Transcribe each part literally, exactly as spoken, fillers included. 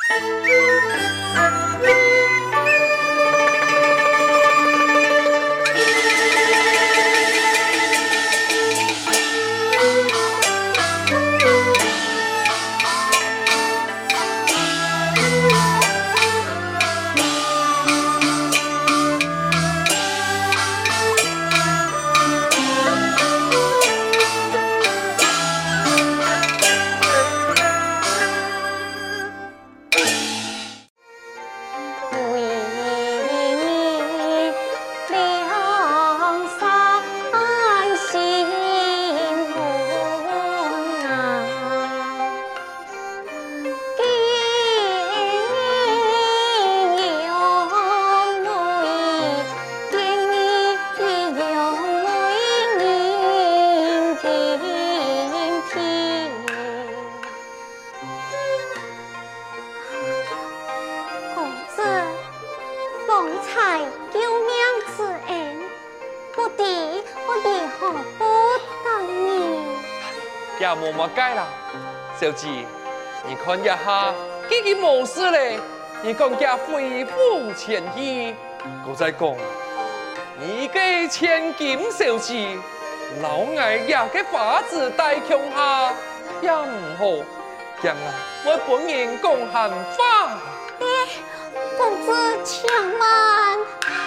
也无乜解啦，小姐，你看一下，几件冇事嘞，你讲家恢复前意，我再讲，你嘅千金小姐，老爱也嘅法子带强下，也唔好，让啊我本人讲闲话。 哎，公子千万，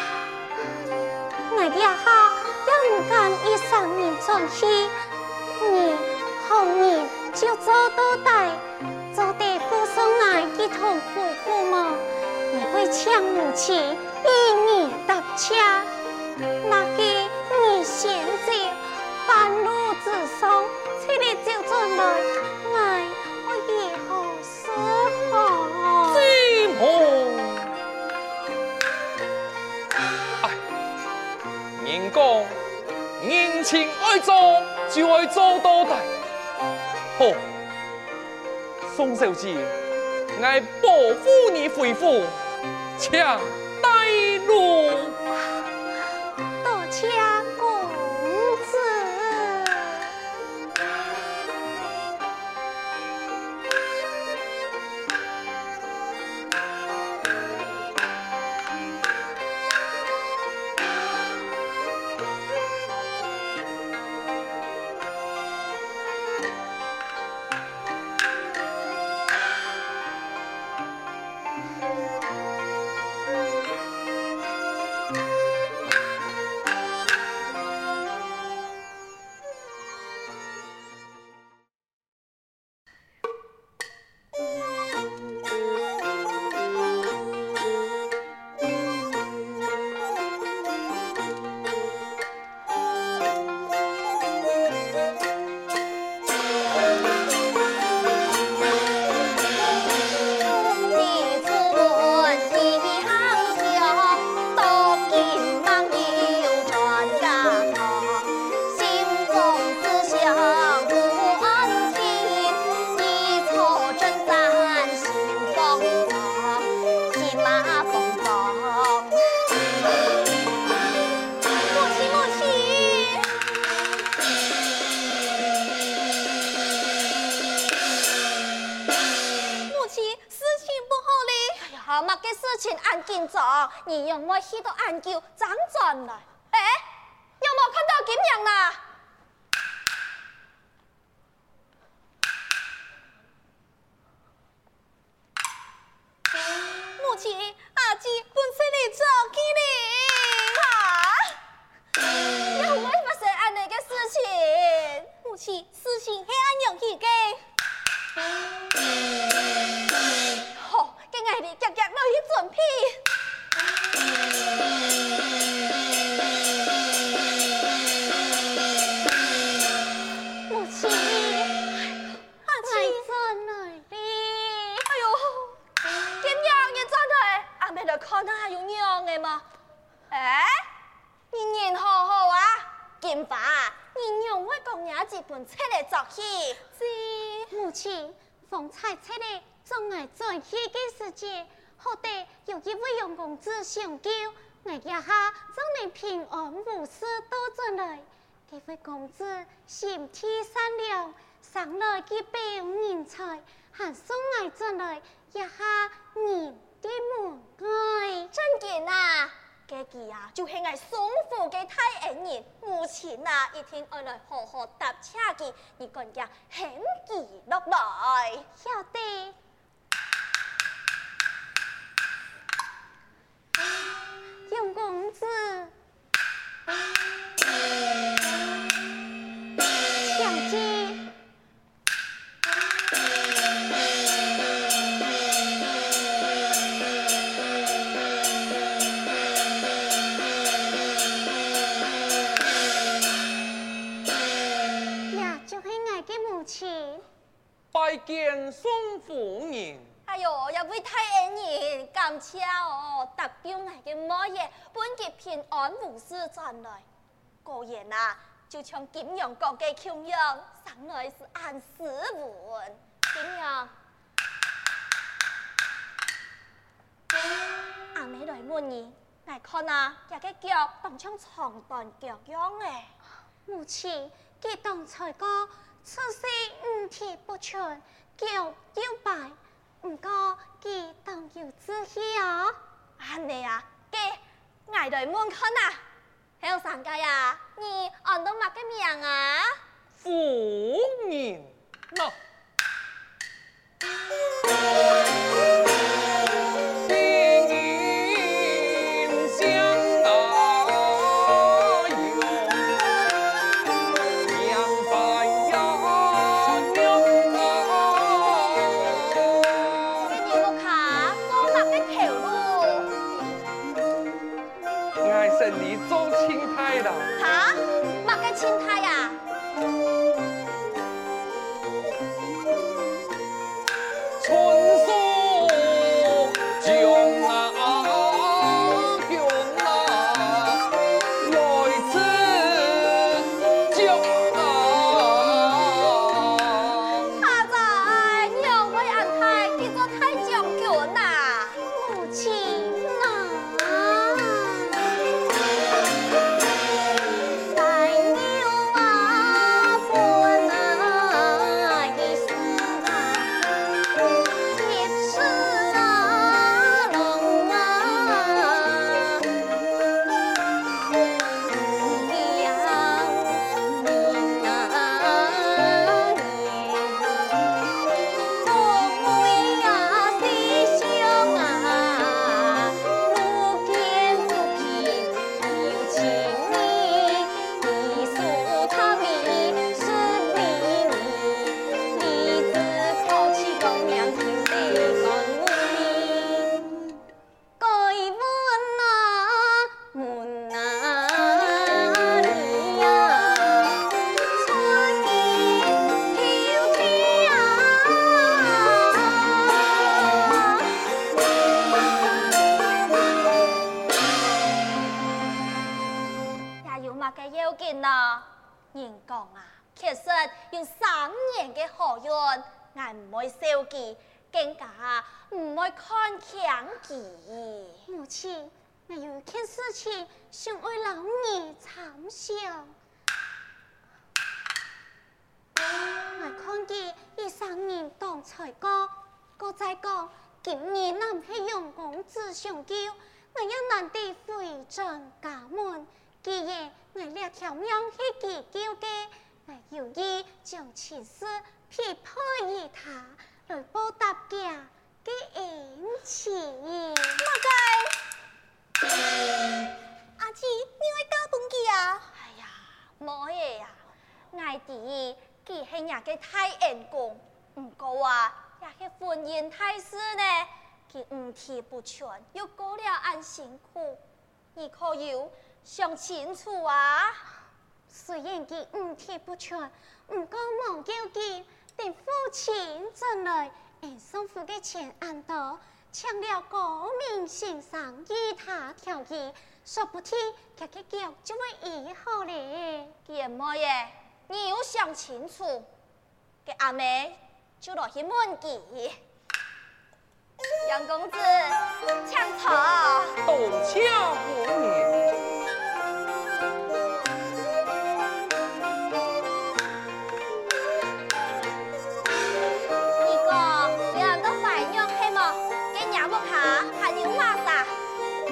我一下也唔敢一上面转去，你。后年就做到大，做得附上来一同夫妇嘛，你会抢母亲一你搭车，那个你先走，半路之上，催你就转来，我我以后是好。 最好，哎，人讲人情爱做就爱做到大。好，宋小姐，我保护你恢复，请带路。 多谢公子。你用我许多研究辗转来，哎，有冇看到金阳啦？母亲，阿姊本身嚟做起嚟，哈，有冇发生安尼嘅事情？母亲，事情係安容易嘅。好，今日你夾夾落去準備。母親，阿姊轉來哩！哎呦，咁樣嘅轉來，阿妹嚟看下有樣嘅嘛？誒，你人好好啊，金華，你用我講嘢一本冊嚟作起。是，母親，方才冊嚟總係在起嘅時節。好地有一位用公子相救，我一下將你平安無事到進來。這位公子心地善良，上來幾百人才，還送我進來，一下嘅佢啊，就是我送父嘅太恩人，目前啊，一天我來好好搭車佢，你講嘅很記落來。 曉得。楊公子，小姐。 拜见宋夫人。 哎呦，一位太恩人，感謝哦，特表我嘅母爺，本節平安無事轉來。果然啊，就像金陽國嘅瓊陽，上來是安斯文。金陽，阿妹來問你，我看啊，一個腳當像長短腳樣誒。 母親，佢當才哥。此事唔提不全，叫要敗，唔過佢當有志氣哦。 安尼啊，嘅挨來門看啊，喺度上街啊，你按到乜嘅名啊？ 夫人，喏。 人講啊，其實有三年嘅好運，我唔會受記，更加唔會看強記。 母親，我有件事情想為老兒參詳。我看見一三年當才哥，哥再講今年南係用公子上轎，我要難地回轉家門。既然我兩條命係自救嘅，我有意將此事匹配於他，來報答家嘅恩情。 乜計？阿姊，你會教本記啊？哎呀，冇嘢啊，我哋佢係人嘅太恩公，唔過啊，也係婚姻大事呢，佢唔提不全，又過了安辛苦，你可有想清楚啊？ 雖然佢唔提不全，唔過忘記佢，等父親進來，按送父嘅錢按到，搶了高明先生與他條件，說不定佢嘅腳就會醫好咧。 佢唔嘢，你要想清楚，嘅阿妹就落去問佢。楊公子，請坐。 多謝夫人。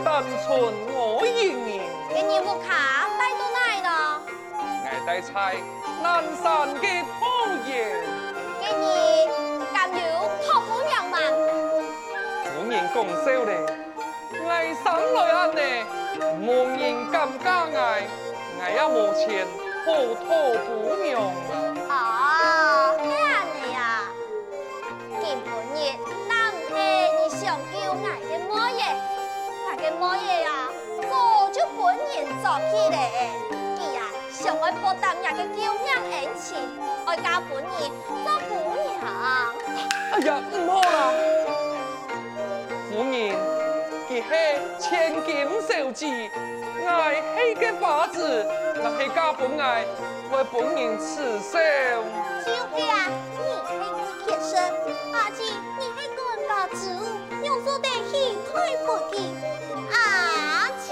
单纯我应你。 给你不卡带到哪呢？ 我带菜南山嘅讨厌。 给你甘有托付娘嘛？ 夫人讲笑咧，我生来安呢，无人敢嫁我，我也无钱好讨夫娘啊。 哦，嘿安尼呀，今本日但唔係你想叫我嘅乜嘢，我嘅乜嘢呀，早就本人做起嚟。既然想愛博當日嘅救命恩情，愛嫁本人做姑娘。 哎呀，唔好啦，夫人，佢係千金小姐，我係嘅法子，我係嫁本愛，為本人刺手。 就是啊，你係我天生，而且你係官家之物，用做得起退不起，而且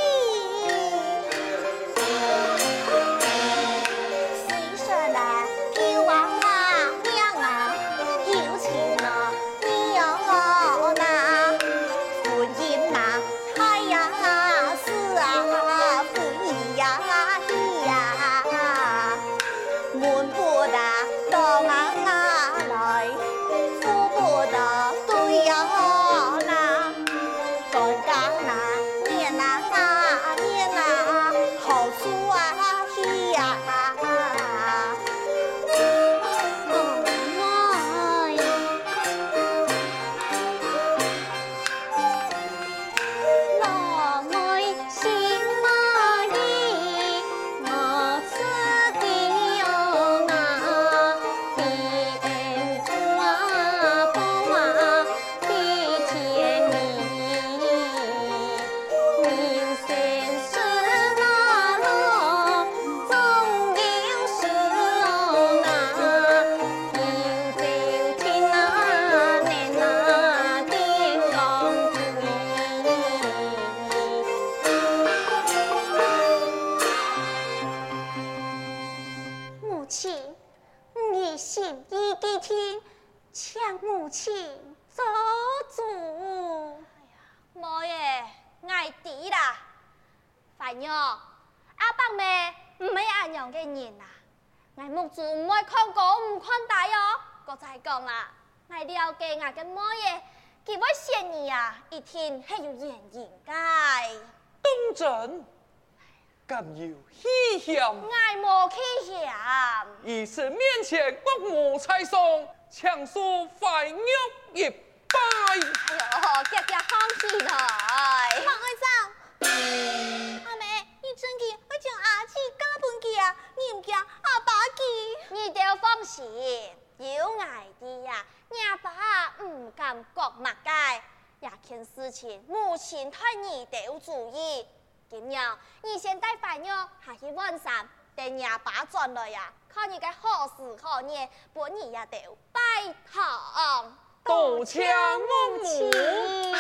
雖說啦，叫王啊娘啊，有情啊你有我那，夫人嘛，哎呀是啊，夫人呀咿呀，門不大。當眼來，夫不得對呀那，在家那念啊念啊，好書啊嘿呀，老妹心愛意，我此地有那。母親，你心意既聽，請母親做主。 冇嘢，捱啲啦。凡喲，阿伯妹唔係安樣嘅人啊，我目珠唔會看高唔看大哦。我再講啦，我了解我嘅乜嘢，佢會嫌你啊，一定係有原因嘅。 當真，敢有虛險？ 我冇去嫌。 以是面前國母才送，強數快玉一拜。 哎呦，夾夾放棄來。 莫愛走，阿妹，你真嘅要將阿姊嫁本去啊？你唔驚阿爸記？ 你哋放心，有愛啲呀，阿爸唔敢講乜嘅，也件事情母親對你哋有注意。咁樣，你先帶飯喲，下去晚上等阿爸轉來呀，看你嘅何時何年，本兒也得拜堂。 多謝我母。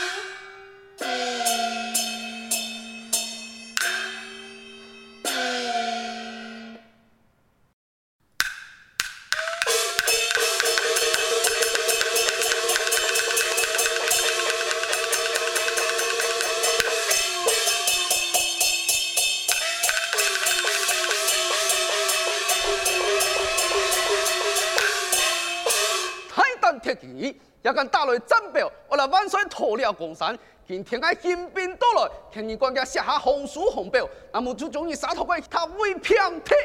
铁骑也敢打来战表，我来万岁脱了江山。今天爱兴兵到来，听你官家写下红书红表，那么就将你杀头鬼他为平替。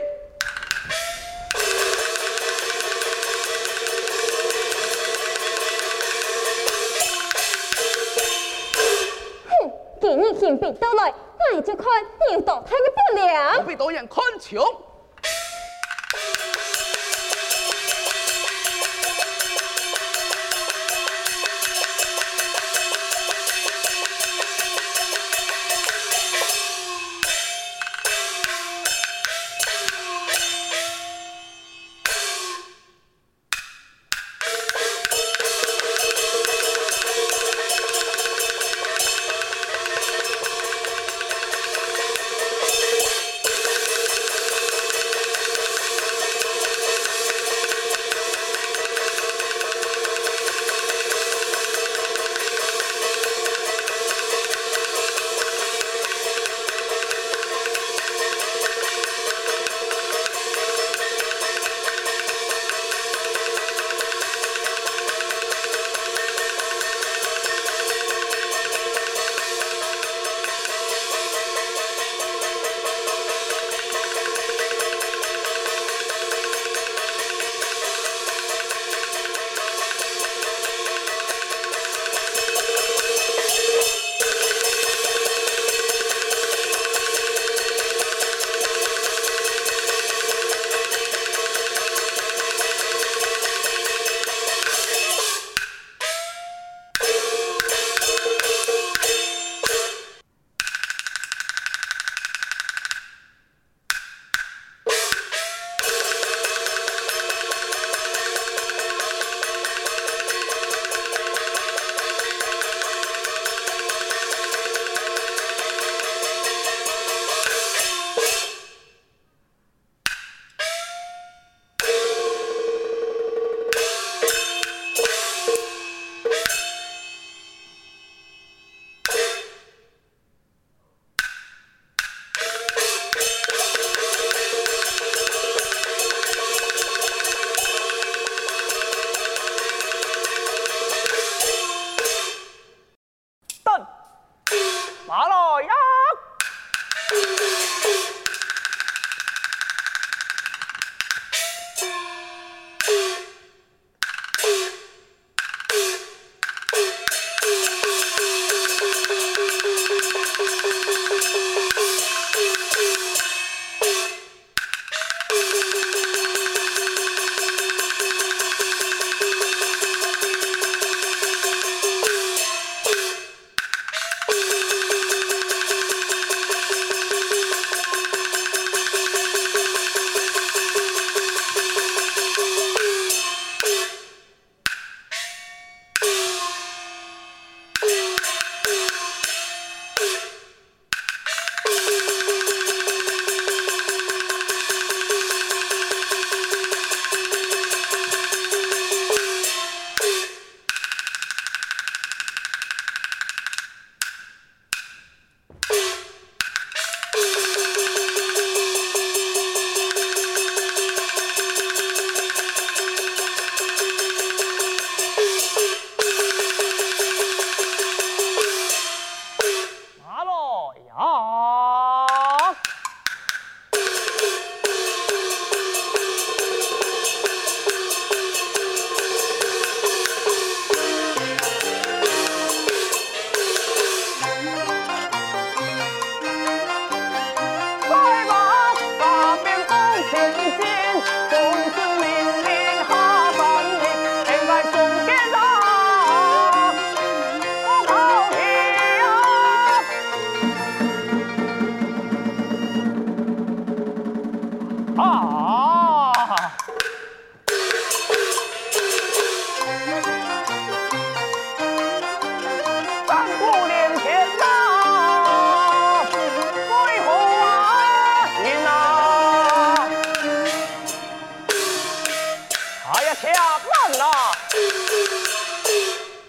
哼，今日兴兵到来，我就看你有多大的本领。 我被导演看穷。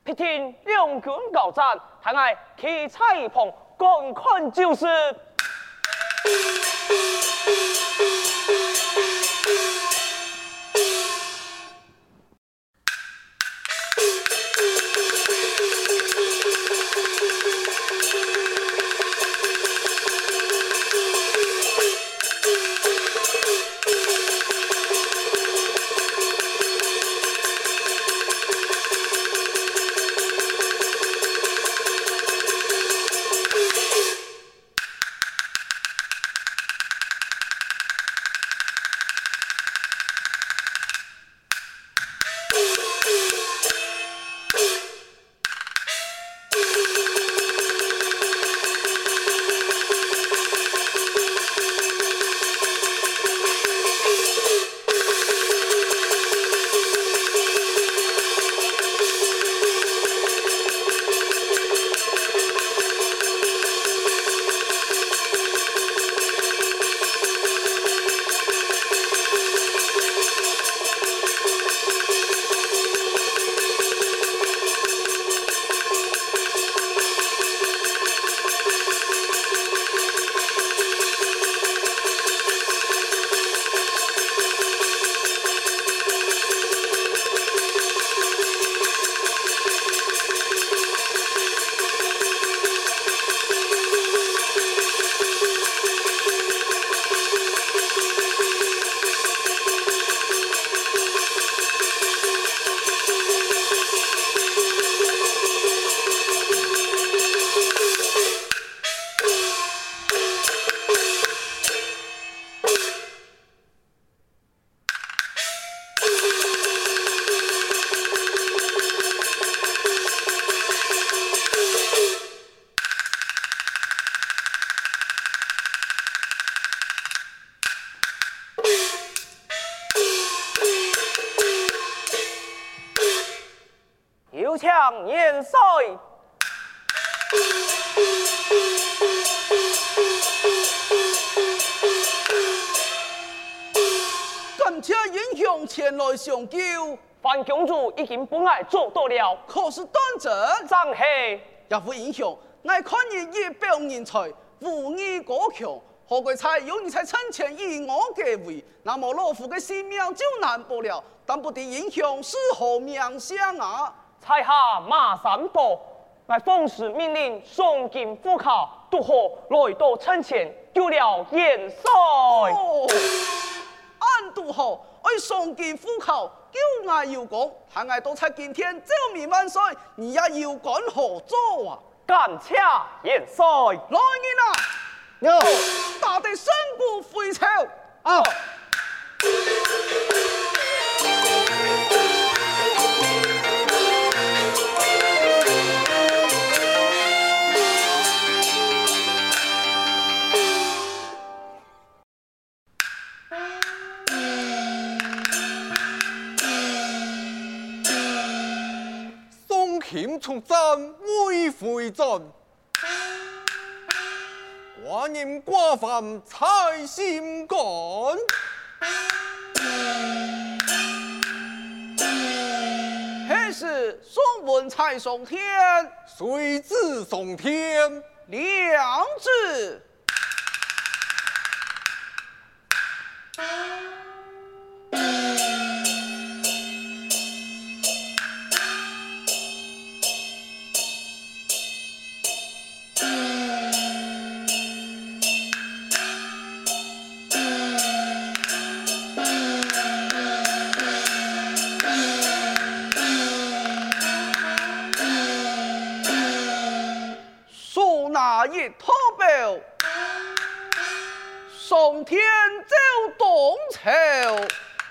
必听两军交战，还爱旗彩一旁，观看就是。有枪年岁， 感谢英雄前来相救。 范公主已经本来做到了， 可是端正张黑也副英雄，爱看你一表人才，武艺高强。何贵才有你才趁前以我给位，那么老夫的性命就难保了。但不敌英雄是何命相啊？ 才下马三宝，乃奉使命令送进府考，渡河来到趁前，救了元帅。 哦，俺渡河爱送进府考，救俺有功，还爱多在今天救命万岁，你也有干何做啊？ 感谢元帅。 来人啊！ 有打得身骨回朝啊！ 宋钦出战未回阵。华人寡犯才心肝， 还是宋文才送天， 谁知送天？ 两字。那一托表，宋天走东朝。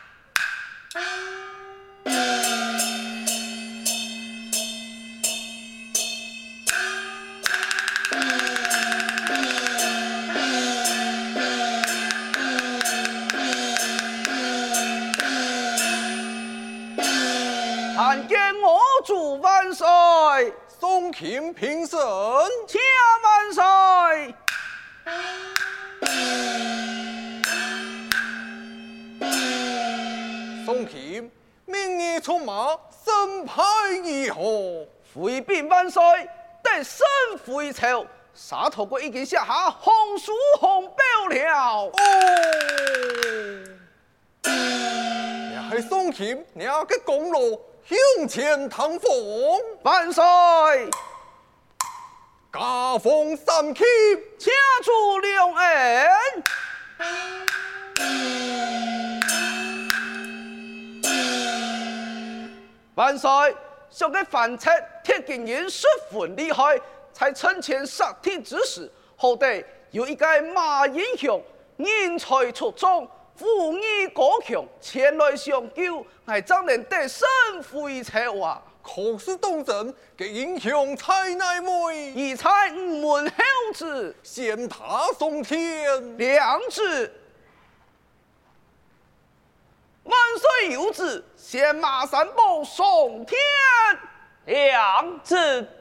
参见我主万岁， 宋钦平身， 且万岁。 宋钦明日出马，身派如何？ 回禀万岁，得胜回朝，沙头国已经下下红书红标了。 哦，你系宋钦，你嘅功劳向前腾风。 万岁， 加封三卿， 掐出两恩。万岁，上个反贼铁金人十分厉害，才趁前杀敌之时，后得有一个马英雄人才出众，武艺高强，前来相救，我怎能得胜回朝啊？ 可是当真嘅英雄才乃美， 一才五门孝子， 献他送天。 良子。万岁有旨，献马三宝送天。 两子